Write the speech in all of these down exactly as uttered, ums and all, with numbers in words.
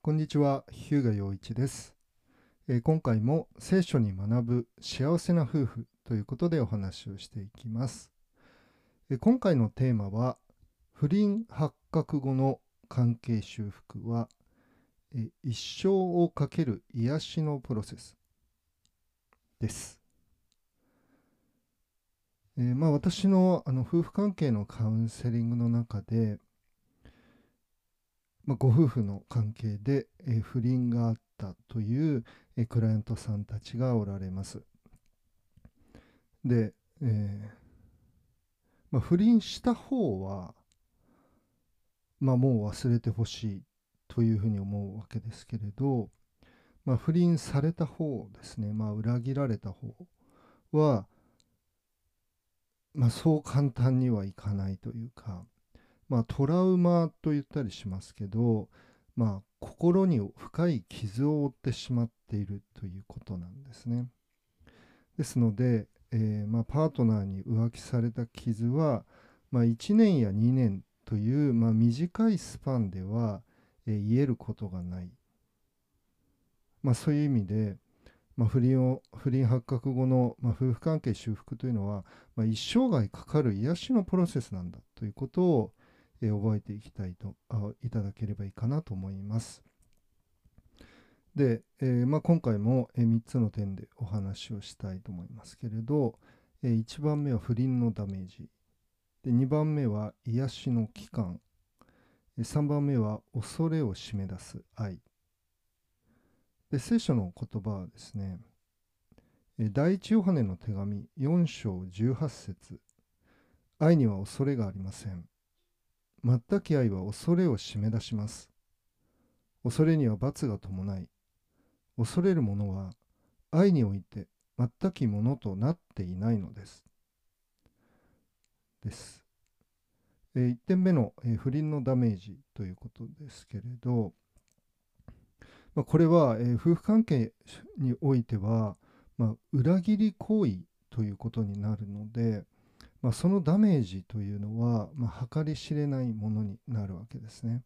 こんにちは、日向陽一です。えー今回も聖書に学ぶ幸せな夫婦ということでお話をしていきます。えー今回のテーマは、不倫発覚後の関係修復は、えー一生をかける癒しのプロセスです。えーまあ、私の、あの夫婦関係のカウンセリングの中で、まあ、ご夫婦の関係で、えー不倫があったという、えークライアントさんたちがおられます。で、えーまあ、不倫した方は、まあ、もう忘れてほしいというふうに思うわけですけれど、まあ、不倫された方ですね、まあ、裏切られた方は、まあ、そう簡単にはいかないというか、まあ、トラウマと言ったりしますけど、まあ、心に深い傷を負ってしまっているということなんですね。ですので、えーまあ、パートナーに浮気された傷は、まあ、いちねんやにねんという、まあ、短いスパンでは、えー癒えることがない、まあ、そういう意味で、まあ、不倫を不倫発覚後の、まあ、夫婦関係修復というのは、まあ、一生涯かかる癒しのプロセスなんだということを、えー覚えていきたいとあいただければいいかなと思います。で、えーまあ、今回もみっつの点でお話をしたいと思いますけれど、えーいちばんめは不倫のダメージ、でにばんめは癒しの期間、さんばんめは恐れを締め出す愛で、聖書の言葉はですね、えー第一ヨハネの手紙よん章じゅうはち節、愛には恐れがありません。全き愛は恐れを締め出します。恐れには罰が伴い、恐れる者は愛において全きものとなっていないのです。です。えーいってんめの、えー不倫のダメージということですけれど、まあ、これは、えー夫婦関係においては、まあ、裏切り行為ということになるので、まあ、そのダメージというのは、まあ、計り知れないものになるわけですね。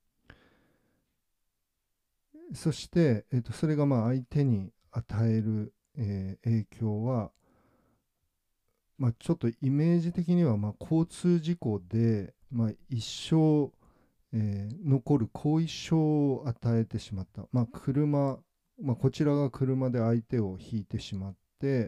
そして、えーと、それがまあ相手に与える、えー影響は、まあ、ちょっとイメージ的にはまあ交通事故で、まあ、一生、えー残る後遺症を与えてしまった、まあ車まあ、こちらが車で相手をひいてしまって、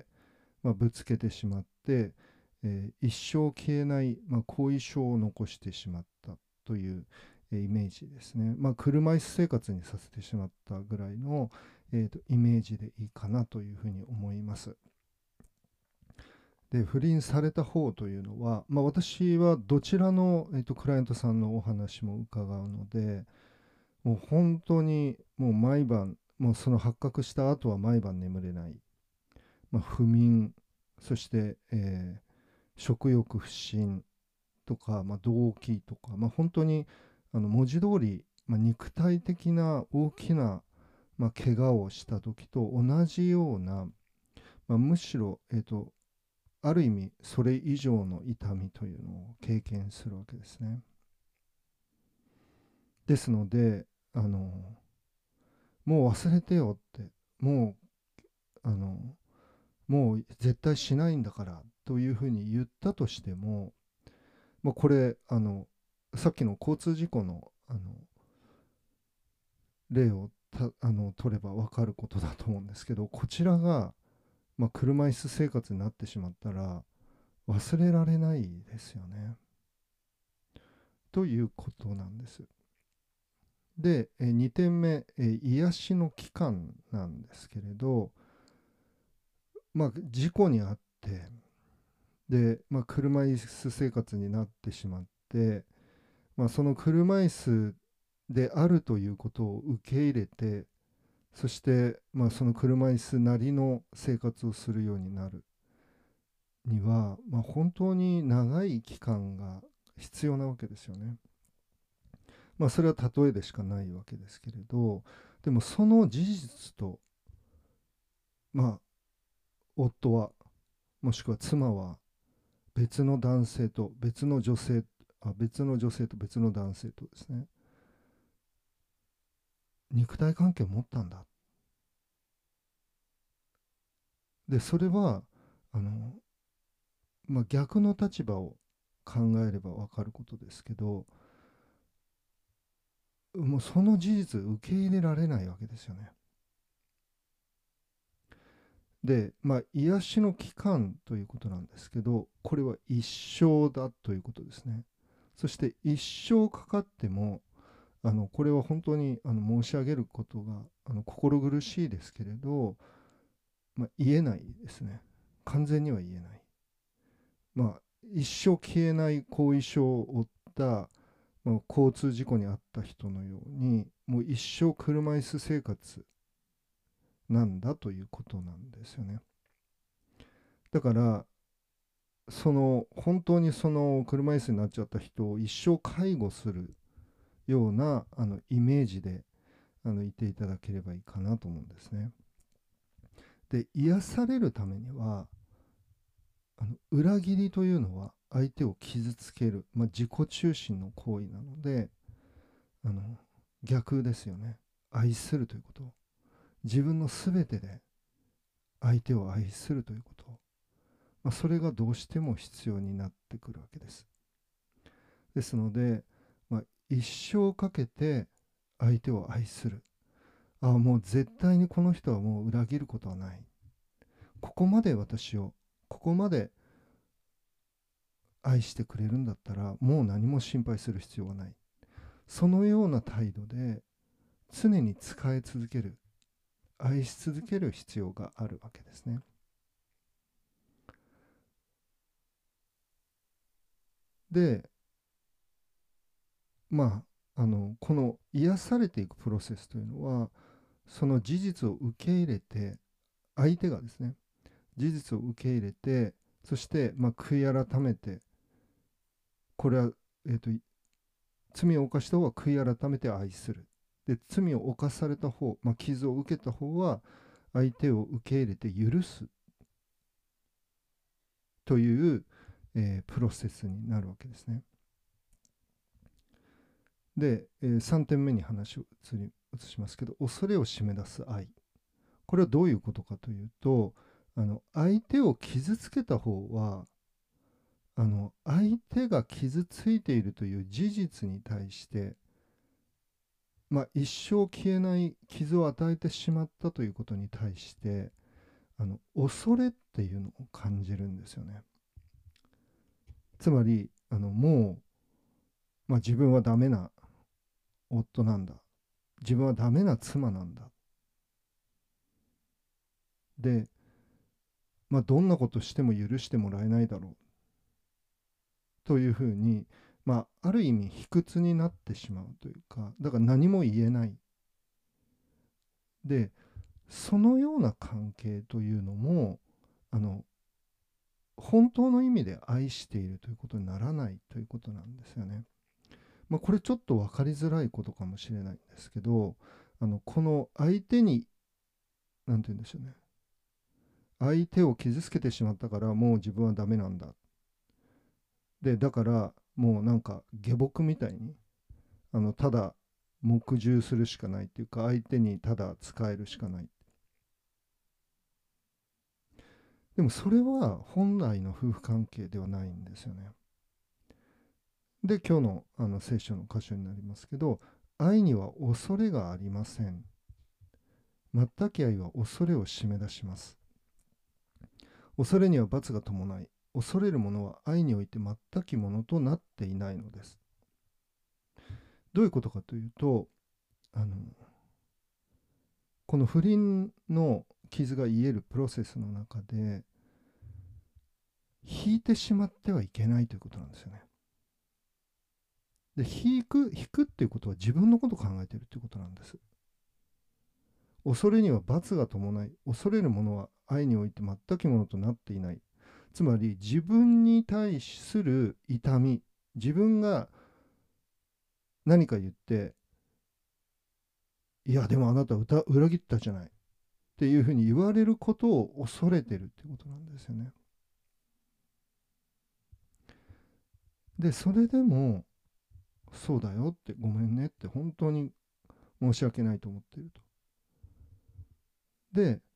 まあ、ぶつけてしまって、えー一生消えない、まあ、後遺症を残してしまったという、えーイメージですね。まあ、車椅子生活にさせてしまったぐらいの、えーとイメージでいいかなというふうに思います。で、不倫された方というのは、まあ、私はどちらの、えーとクライアントさんのお話も伺うので、もう本当にもう毎晩、もうその発覚した後は毎晩眠れない、まあ、不眠、そして、えー食欲不振とか、まあ、動悸とか、まあ、本当にあの文字通り、まあ、肉体的な大きな、まあ、怪我をした時と同じような、まあ、むしろ、えーと、ある意味それ以上の痛みというのを経験するわけですね。ですので、あのもう忘れてよって、もうあのもう絶対しないんだからというふうに言ったとしても、まあ、これあのさっきの交通事故のあの例をたあの取れば分かることだと思うんですけど、こちらが、まあ、車椅子生活になってしまったら忘れられないですよねということなんです。で、えにてんめ、え癒しの期間なんですけれど、まあ、事故にあってで、まあ、車椅子生活になってしまって、まあ、その車椅子であるということを受け入れて、そして、まあ、その車椅子なりの生活をするようになるには、まあ、本当に長い期間が必要なわけですよね。まあ、それは例えでしかないわけですけれど、でもその事実と、まあ、夫は、もしくは妻は別の男性と別の女性、あ別の女性と別の男性とですね、 肉体関係を持ったんだ。でそれはあの、まあ、逆の立場を考えれば分かることですけど、もうその事実を受け入れられないわけですよね。で、まあ、癒しの期間ということなんですけど、これは一生だということですね。そして一生かかっても、あのこれは本当にあの申し上げることがあの心苦しいですけれど、まあ、言えないですね。完全には言えない。まあ、一生消えない後遺症を負った、まあ、交通事故に遭った人のように、もう一生車椅子生活なんだということなんですよね。だからその本当にその車椅子になっちゃった人を一生介護するようなあのイメージであのいていただければいいかなと思うんですね。で、癒されるためには、あの裏切りというのは相手を傷つける、まあ、自己中心の行為なので、あの逆ですよね。愛するということ、自分の全てで相手を愛するということ、まあ、それがどうしても必要になってくるわけです。ですので、まあ、一生かけて相手を愛する。ああ、もう絶対にこの人はもう裏切ることはない。ここまで私を、ここまで愛してくれるんだったら、もう何も心配する必要はない。そのような態度で常に使い続ける、愛し続ける必要があるわけですね。で、まあ、あのこの癒されていくプロセスというのは、その事実を受け入れて、相手がですね、事実を受け入れて、そして、まあ、悔い改めて、これは、えーと、罪を犯した方は悔い改めて愛する。で、罪を犯された方、まあ、傷を受けた方は相手を受け入れて許すという、えープロセスになるわけですね。で、えーさんてんめに話を移り移しますけど、恐れを締め出す愛。これはどういうことかというと、あの相手を傷つけた方は、あの相手が傷ついているという事実に対して、まあ、一生消えない傷を与えてしまったということに対して、あの恐れっていうのを感じるんですよね。つまりあのもう、まあ、自分はダメな夫なんだ、自分はダメな妻なんだ、で、まあ、どんなことしても許してもらえないだろうというふうに、まあ、ある意味卑屈になってしまうというか、だから何も言えない。で、そのような関係というのも、あの本当の意味で愛しているということにならないということなんですよね。まあ、これちょっと分かりづらいことかもしれないんですけど、あのこの相手に、何て言うんでしょうね、相手を傷つけてしまったからもう自分はダメなんだ。で、だからもうなんか下僕みたいに、あのただ黙従するしかないっていうか、相手にただ仕えるしかない。でもそれは本来の夫婦関係ではないんですよね。で、今日のあの聖書の箇所になりますけど、愛には恐れがありません。全き愛は恐れを締め出します。恐れには罰が伴い、恐れる者は愛において全きものとなっていないのです。どういうことかというと、あのこの不倫の傷が癒えるプロセスの中で、引いてしまってはいけないということなんですよね。で、引く、引くっていうことは自分のことを考えているということなんです。恐れには罰が伴い、恐れる者は愛において全きものとなっていない。つまり自分に対する痛み、自分が何か言って、いやでもあなた歌裏切ったじゃないっていうふうに言われることを恐れてるってことなんですよね。で、それでも、そうだよって、ごめんねって、本当に申し訳ないと思っていると。で、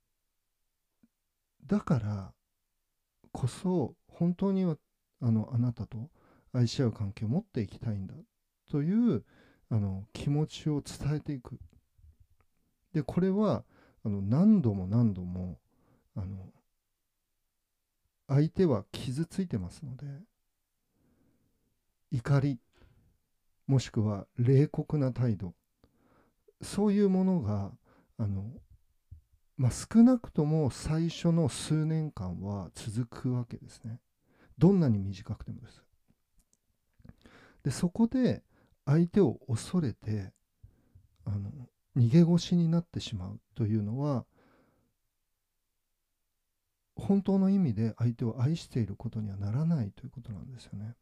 だからこそ本当にはあのあなたと愛し合う関係を持っていきたいんだというあの気持ちを伝えていく。で、これはあの何度も何度もあの相手は傷ついてますので、怒りもしくは冷酷な態度、そういうものがあの、まあ、少なくとも最初の数年間は続くわけですね。どんなに短くてもです。で、そこで相手を恐れてあの逃げ腰になってしまうというのは、本当の意味で相手を愛していることにはならないということなんですよね。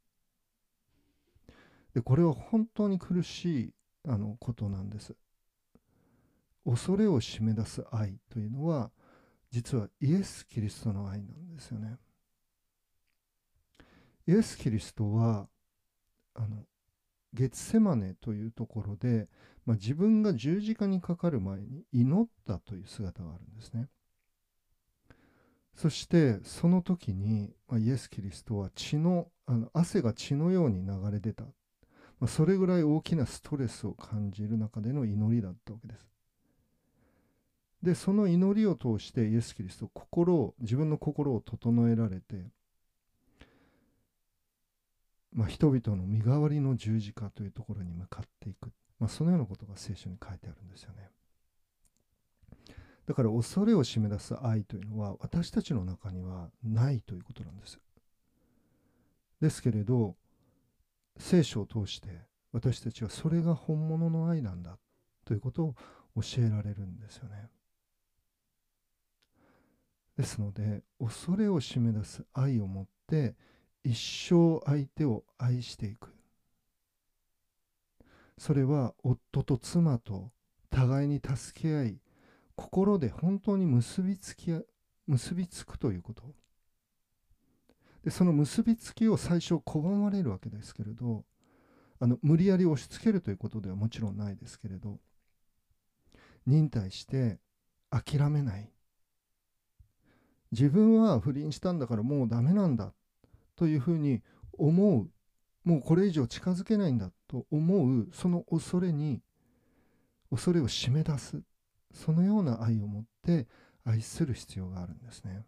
で、これは本当に苦しいあのことなんです。恐れを締め出す愛というのは、実はイエス・キリストの愛なんですよね。イエス・キリストはあのゲツセマネというところで、まあ、自分が十字架にかかる前に祈ったという姿があるんですね。そしてその時に、まあ、イエス・キリストは血の、あの汗が血のように流れ出た、まあ、それぐらい大きなストレスを感じる中での祈りだったわけです。で、その祈りを通してイエス・キリスト心を自分の心を整えられて、まあ、人々の身代わりの十字架というところに向かっていく、まあ、そのようなことが聖書に書いてあるんですよね。だから恐れを締め出す愛というのは私たちの中にはないということなんです。ですけれど、聖書を通して私たちはそれが本物の愛なんだということを教えられるんですよね。ですので、恐れを締め出す愛を持って一生相手を愛していく。それは夫と妻と互いに助け合い、心で本当に結びつき結びつくということ。で、その結びつきを最初拒まれるわけですけれど、あの無理やり押し付けるということではもちろんないですけれど、忍耐して諦めない。自分は不倫したんだからもうダメなんだというふうに思う、もうこれ以上近づけないんだと思う、その恐れに、恐れを締め出す、そのような愛を持って愛する必要があるんですね。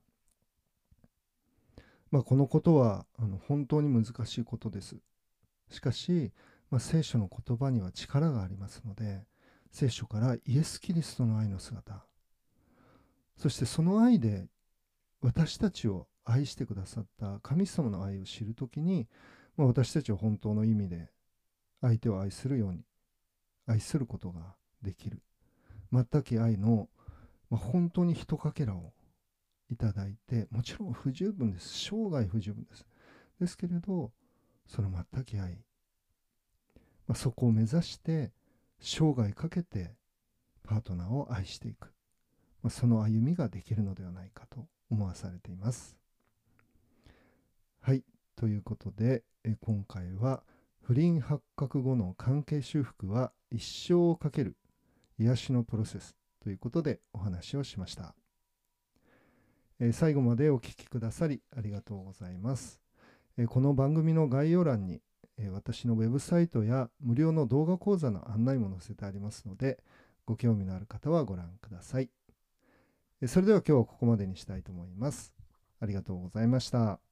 まあ、このことはあの本当に難しいことです。しかし、まあ、聖書の言葉には力がありますので、聖書からイエス・キリストの愛の姿、そしてその愛で私たちを愛してくださった神様の愛を知るときに、まあ、私たちは本当の意味で相手を愛するように愛することができる。全く愛の、まあ、本当にひとかけらをいただいて、もちろん不十分です。生涯不十分です。ですけれど、その全く愛、まあ、そこを目指して生涯かけてパートナーを愛していく、まあ、その歩みができるのではないかと思わされています。はい、ということでえ今回は不倫発覚後の関係修復は一生をかける癒しのプロセスということでお話をしました。え最後までお聞きくださりありがとうございます。えこの番組の概要欄にえ私のウェブサイトや無料の動画講座の案内も載せてありますので、ご興味のある方はご覧ください。それでは今日はここまでにしたいと思います。ありがとうございました。